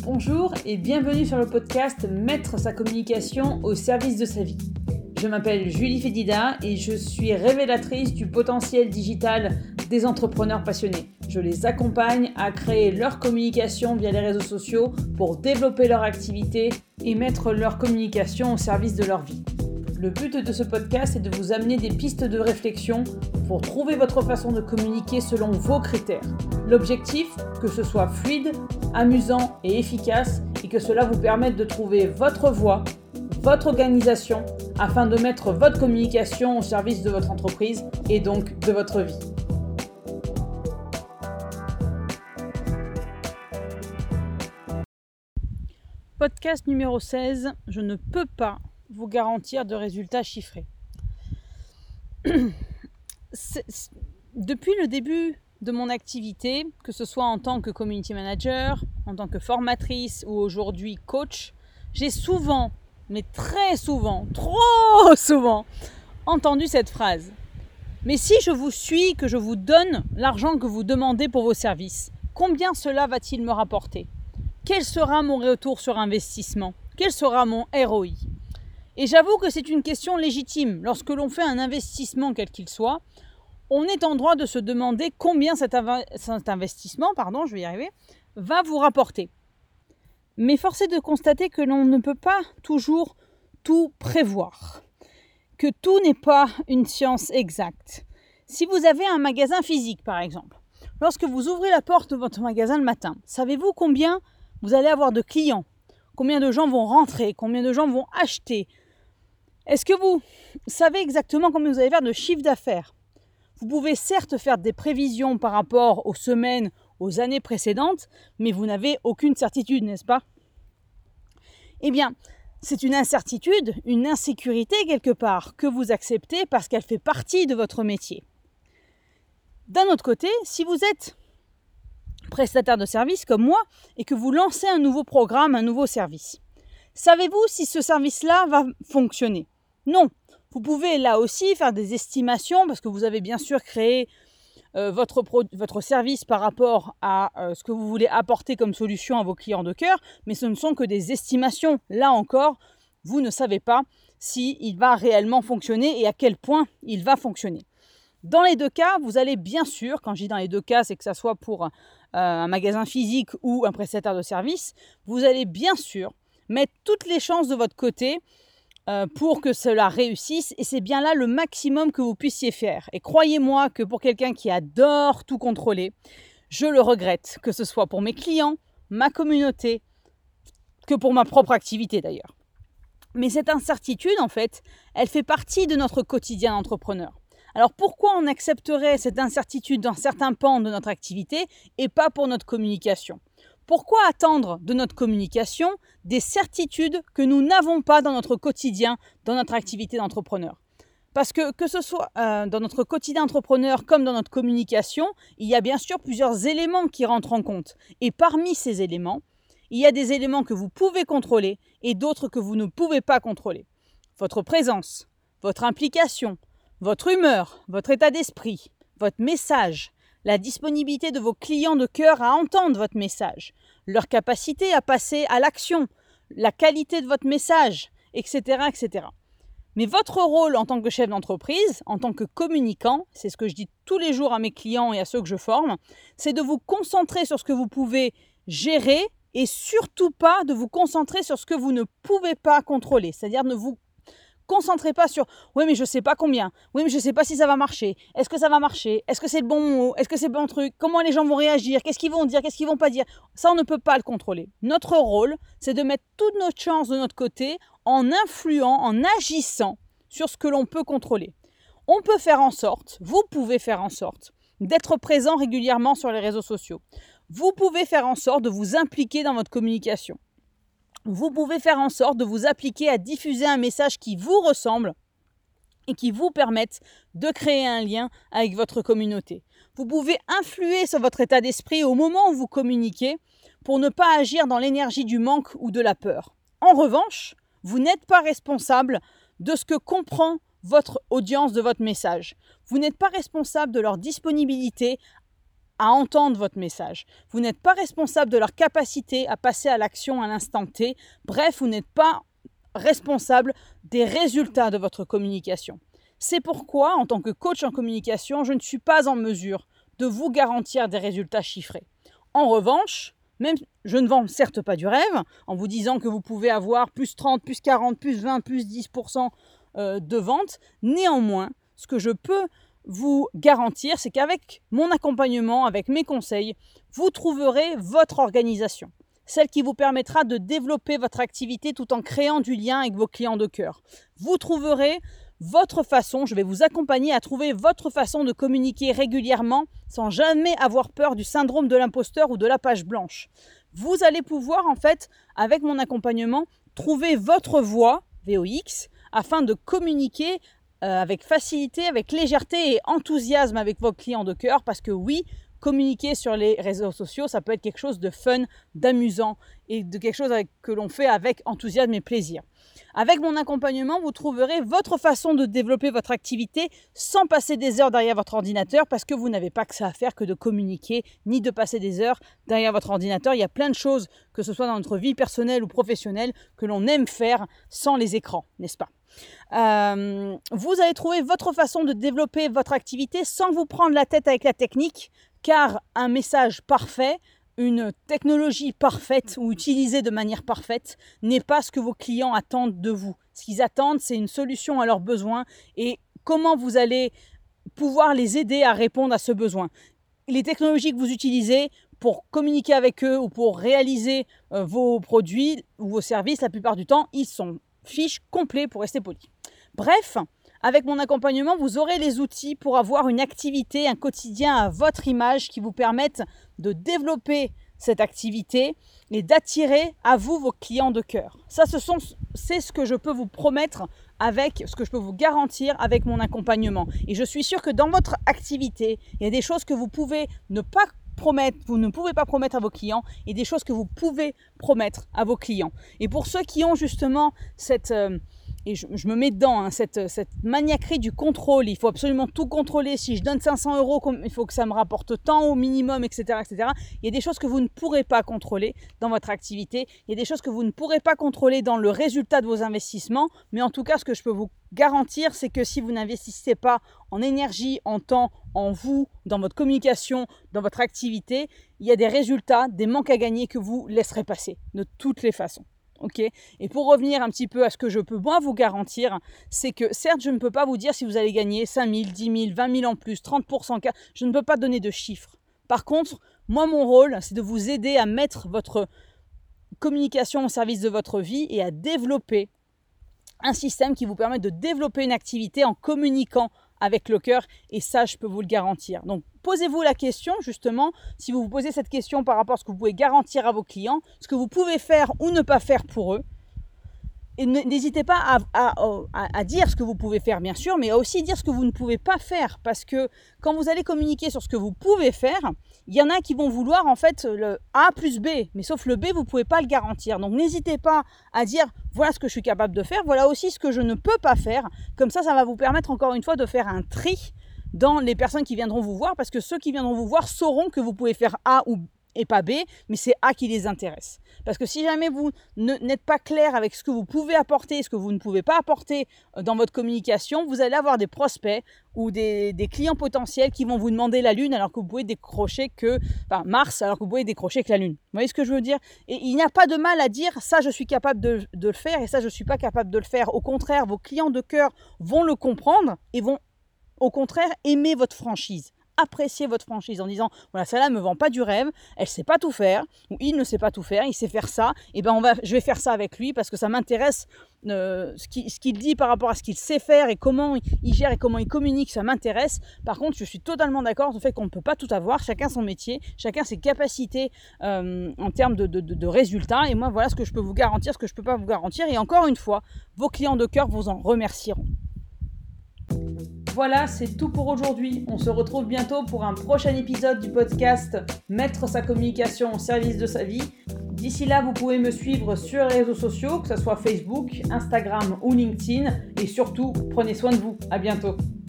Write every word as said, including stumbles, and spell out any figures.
Bonjour et bienvenue sur le podcast Mettre sa communication au service de sa vie. Je m'appelle Julie Fédida et je suis révélatrice du potentiel digital des entrepreneurs passionnés. Je les accompagne à créer leur communication via les réseaux sociaux pour développer leur activité et mettre leur communication au service de leur vie. Le but de ce podcast est de vous amener des pistes de réflexion pour trouver votre façon de communiquer selon vos critères. L'objectif, que ce soit fluide, amusant et efficace et que cela vous permette de trouver votre voie, votre organisation afin de mettre votre communication au service de votre entreprise et donc de votre vie. Podcast numéro seize, je ne peux pas vous garantir de résultats chiffrés. C'est, c'est, depuis le début de mon activité, que ce soit en tant que community manager, en tant que formatrice ou aujourd'hui coach, j'ai souvent, mais très souvent, trop souvent, entendu cette phrase. Mais si je vous suis, que je vous donne l'argent que vous demandez pour vos services, combien cela va-t-il me rapporter ? Quel sera mon retour sur investissement ? Quel sera mon R O I ? Et j'avoue que c'est une question légitime. Lorsque l'on fait un investissement quel qu'il soit, on est en droit de se demander combien cet, inv- cet investissement, pardon, je vais y arriver, va vous rapporter. Mais force est de constater que l'on ne peut pas toujours tout prévoir, que tout n'est pas une science exacte. Si vous avez un magasin physique, par exemple, lorsque vous ouvrez la porte de votre magasin le matin, savez-vous combien vous allez avoir de clients ? Combien de gens vont rentrer ? Combien de gens vont acheter ? Est-ce que vous savez exactement combien vous allez faire de chiffre d'affaires ? Vous pouvez certes faire des prévisions par rapport aux semaines, aux années précédentes, mais vous n'avez aucune certitude, n'est-ce pas ? Eh bien, c'est une incertitude, une insécurité quelque part que vous acceptez parce qu'elle fait partie de votre métier. D'un autre côté, si vous êtes prestataire de service comme moi et que vous lancez un nouveau programme, un nouveau service, savez-vous si ce service-là va fonctionner ? Non. Vous pouvez là aussi faire des estimations parce que vous avez bien sûr créé euh, votre, pro- votre service par rapport à euh, ce que vous voulez apporter comme solution à vos clients de cœur, mais ce ne sont que des estimations. Là encore, vous ne savez pas s'il va réellement fonctionner et à quel point il va fonctionner. Dans les deux cas, vous allez bien sûr, quand je dis dans les deux cas, c'est que ça soit pour euh, un magasin physique ou un prestataire de service, vous allez bien sûr mettre toutes les chances de votre côté euh, pour que cela réussisse et c'est bien là le maximum que vous puissiez faire. Et croyez-moi que pour quelqu'un qui adore tout contrôler, je le regrette, que ce soit pour mes clients, ma communauté, que pour ma propre activité d'ailleurs. Mais cette incertitude, en fait, elle fait partie de notre quotidien d'entrepreneur. Alors pourquoi on accepterait cette incertitude dans certains pans de notre activité et pas pour notre communication ? Pourquoi attendre de notre communication des certitudes que nous n'avons pas dans notre quotidien, dans notre activité d'entrepreneur ? Parce que que ce soit euh, dans notre quotidien d'entrepreneur comme dans notre communication, il y a bien sûr plusieurs éléments qui rentrent en compte. Et parmi ces éléments, il y a des éléments que vous pouvez contrôler et d'autres que vous ne pouvez pas contrôler. Votre présence, votre implication, votre humeur, votre état d'esprit, votre message, la disponibilité de vos clients de cœur à entendre votre message, leur capacité à passer à l'action, la qualité de votre message, et cetera, et cetera. Mais votre rôle en tant que chef d'entreprise, en tant que communicant, c'est ce que je dis tous les jours à mes clients et à ceux que je forme, c'est de vous concentrer sur ce que vous pouvez gérer et surtout pas de vous concentrer sur ce que vous ne pouvez pas contrôler. C'est-à-dire ne vous concentrez pas sur « oui mais je sais pas combien, oui mais je sais pas si ça va marcher, est-ce que ça va marcher, est-ce que c'est le bon mot, est-ce que c'est le bon truc, comment les gens vont réagir, qu'est-ce qu'ils vont dire, qu'est-ce qu'ils vont pas dire ?» Ça on ne peut pas le contrôler. Notre rôle c'est de mettre toute notre chance de notre côté en influant, en agissant sur ce que l'on peut contrôler. On peut faire en sorte, vous pouvez faire en sorte d'être présent régulièrement sur les réseaux sociaux. Vous pouvez faire en sorte de vous impliquer dans votre communication. Vous pouvez faire en sorte de vous appliquer à diffuser un message qui vous ressemble et qui vous permette de créer un lien avec votre communauté. Vous pouvez influer sur votre état d'esprit au moment où vous communiquez pour ne pas agir dans l'énergie du manque ou de la peur. En revanche, vous n'êtes pas responsable de ce que comprend votre audience de votre message. Vous n'êtes pas responsable de leur disponibilité à entendre votre message. Vous n'êtes pas responsable de leur capacité à passer à l'action à l'instant T. Bref, vous n'êtes pas responsable des résultats de votre communication. C'est pourquoi, en tant que coach en communication, je ne suis pas en mesure de vous garantir des résultats chiffrés. En revanche, même je ne vends certes pas du rêve, en vous disant que vous pouvez avoir plus trente, plus quarante, plus vingt, plus dix pour cent de ventes. Néanmoins, ce que je peux vous garantir, c'est qu'avec mon accompagnement, avec mes conseils, vous trouverez votre organisation. Celle qui vous permettra de développer votre activité tout en créant du lien avec vos clients de cœur. Vous trouverez votre façon, je vais vous accompagner à trouver votre façon de communiquer régulièrement sans jamais avoir peur du syndrome de l'imposteur ou de la page blanche. Vous allez pouvoir en fait, avec mon accompagnement, trouver votre voix, V O X, afin de communiquer euh, avec facilité, avec légèreté et enthousiasme avec vos clients de cœur parce que oui, communiquer sur les réseaux sociaux, ça peut être quelque chose de fun, d'amusant et de quelque chose avec, que l'on fait avec enthousiasme et plaisir. Avec mon accompagnement, vous trouverez votre façon de développer votre activité sans passer des heures derrière votre ordinateur parce que vous n'avez pas que ça à faire que de communiquer ni de passer des heures derrière votre ordinateur. Il y a plein de choses, que ce soit dans notre vie personnelle ou professionnelle, que l'on aime faire sans les écrans, n'est-ce pas ? Euh, vous allez trouver votre façon de développer votre activité sans vous prendre la tête avec la technique, car un message parfait, une technologie parfaite ou utilisée de manière parfaite n'est pas ce que vos clients attendent de vous. Ce qu'ils attendent, c'est une solution à leurs besoins et comment vous allez pouvoir les aider à répondre à ce besoin. Les technologies que vous utilisez pour communiquer avec eux ou pour réaliser euh, vos produits ou vos services, la plupart du temps, ils sont fiches complets pour rester poli. Bref, avec mon accompagnement, vous aurez les outils pour avoir une activité, un quotidien à votre image qui vous permettent de développer cette activité et d'attirer à vous vos clients de cœur. Ça, ce sont, c'est ce que je peux vous promettre avec, ce que je peux vous garantir avec mon accompagnement. Et je suis sûre que dans votre activité, il y a des choses que vous pouvez ne pas promettre, vous ne pouvez pas promettre à vos clients et des choses que vous pouvez promettre à vos clients. Et pour ceux qui ont justement cette... Euh, et je, je me mets dedans, hein, cette, cette maniaquerie du contrôle, il faut absolument tout contrôler, si je donne cinq cents euros, il faut que ça me rapporte tant au minimum, et cetera, et cetera. Il y a des choses que vous ne pourrez pas contrôler dans votre activité, il y a des choses que vous ne pourrez pas contrôler dans le résultat de vos investissements, mais en tout cas, ce que je peux vous garantir, c'est que si vous n'investissez pas en énergie, en temps, en vous, dans votre communication, dans votre activité, il y a des résultats, des manques à gagner que vous laisserez passer, de toutes les façons. Okay. Et pour revenir un petit peu à ce que je peux moi vous garantir, c'est que certes je ne peux pas vous dire si vous allez gagner cinq mille, dix mille, vingt mille en plus, trente pour cent, je ne peux pas donner de chiffres. Par contre, moi mon rôle c'est de vous aider à mettre votre communication au service de votre vie et à développer un système qui vous permet de développer une activité en communiquant avec le cœur et ça je peux vous le garantir. Donc posez-vous la question justement, si vous vous posez cette question par rapport à ce que vous pouvez garantir à vos clients, ce que vous pouvez faire ou ne pas faire pour eux. Et n'hésitez pas à, à, à, à dire ce que vous pouvez faire bien sûr, mais à aussi dire ce que vous ne pouvez pas faire parce que quand vous allez communiquer sur ce que vous pouvez faire, il y en a qui vont vouloir en fait le A plus B, mais sauf le B, vous ne pouvez pas le garantir. Donc n'hésitez pas à dire voilà ce que je suis capable de faire, voilà aussi ce que je ne peux pas faire. Comme ça, ça va vous permettre encore une fois de faire un tri dans les personnes qui viendront vous voir parce que ceux qui viendront vous voir sauront que vous pouvez faire A ou B et pas B, mais c'est A qui les intéresse. Parce que si jamais vous ne, n'êtes pas clair avec ce que vous pouvez apporter et ce que vous ne pouvez pas apporter dans votre communication, vous allez avoir des prospects ou des, des clients potentiels qui vont vous demander la Lune alors que vous pouvez décrocher que, enfin Mars alors que vous pouvez décrocher que la Lune. Vous voyez ce que je veux dire ? Et il n'y a pas de mal à dire ça je suis capable de, de le faire et ça je ne suis pas capable de le faire. Au contraire, vos clients de cœur vont le comprendre et vont au contraire aimer votre franchise. Apprécier votre franchise en disant voilà celle-là ne me vend pas du rêve, elle sait pas tout faire ou il ne sait pas tout faire, il sait faire ça et ben on va je vais faire ça avec lui parce que ça m'intéresse euh, ce qu'il ce qu'il dit par rapport à ce qu'il sait faire et comment il gère et comment il communique, ça m'intéresse. Par contre je suis totalement d'accord sur le fait qu'on ne peut pas tout avoir, chacun son métier, chacun ses capacités euh, en termes de, de, de, de résultats et moi voilà ce que je peux vous garantir, ce que je peux pas vous garantir et encore une fois vos clients de cœur vous en remercieront. Voilà, c'est tout pour aujourd'hui. On se retrouve bientôt pour un prochain épisode du podcast Mettre sa communication au service de sa vie. D'ici là, vous pouvez me suivre sur les réseaux sociaux, que ce soit Facebook, Instagram ou LinkedIn. Et surtout, prenez soin de vous. À bientôt.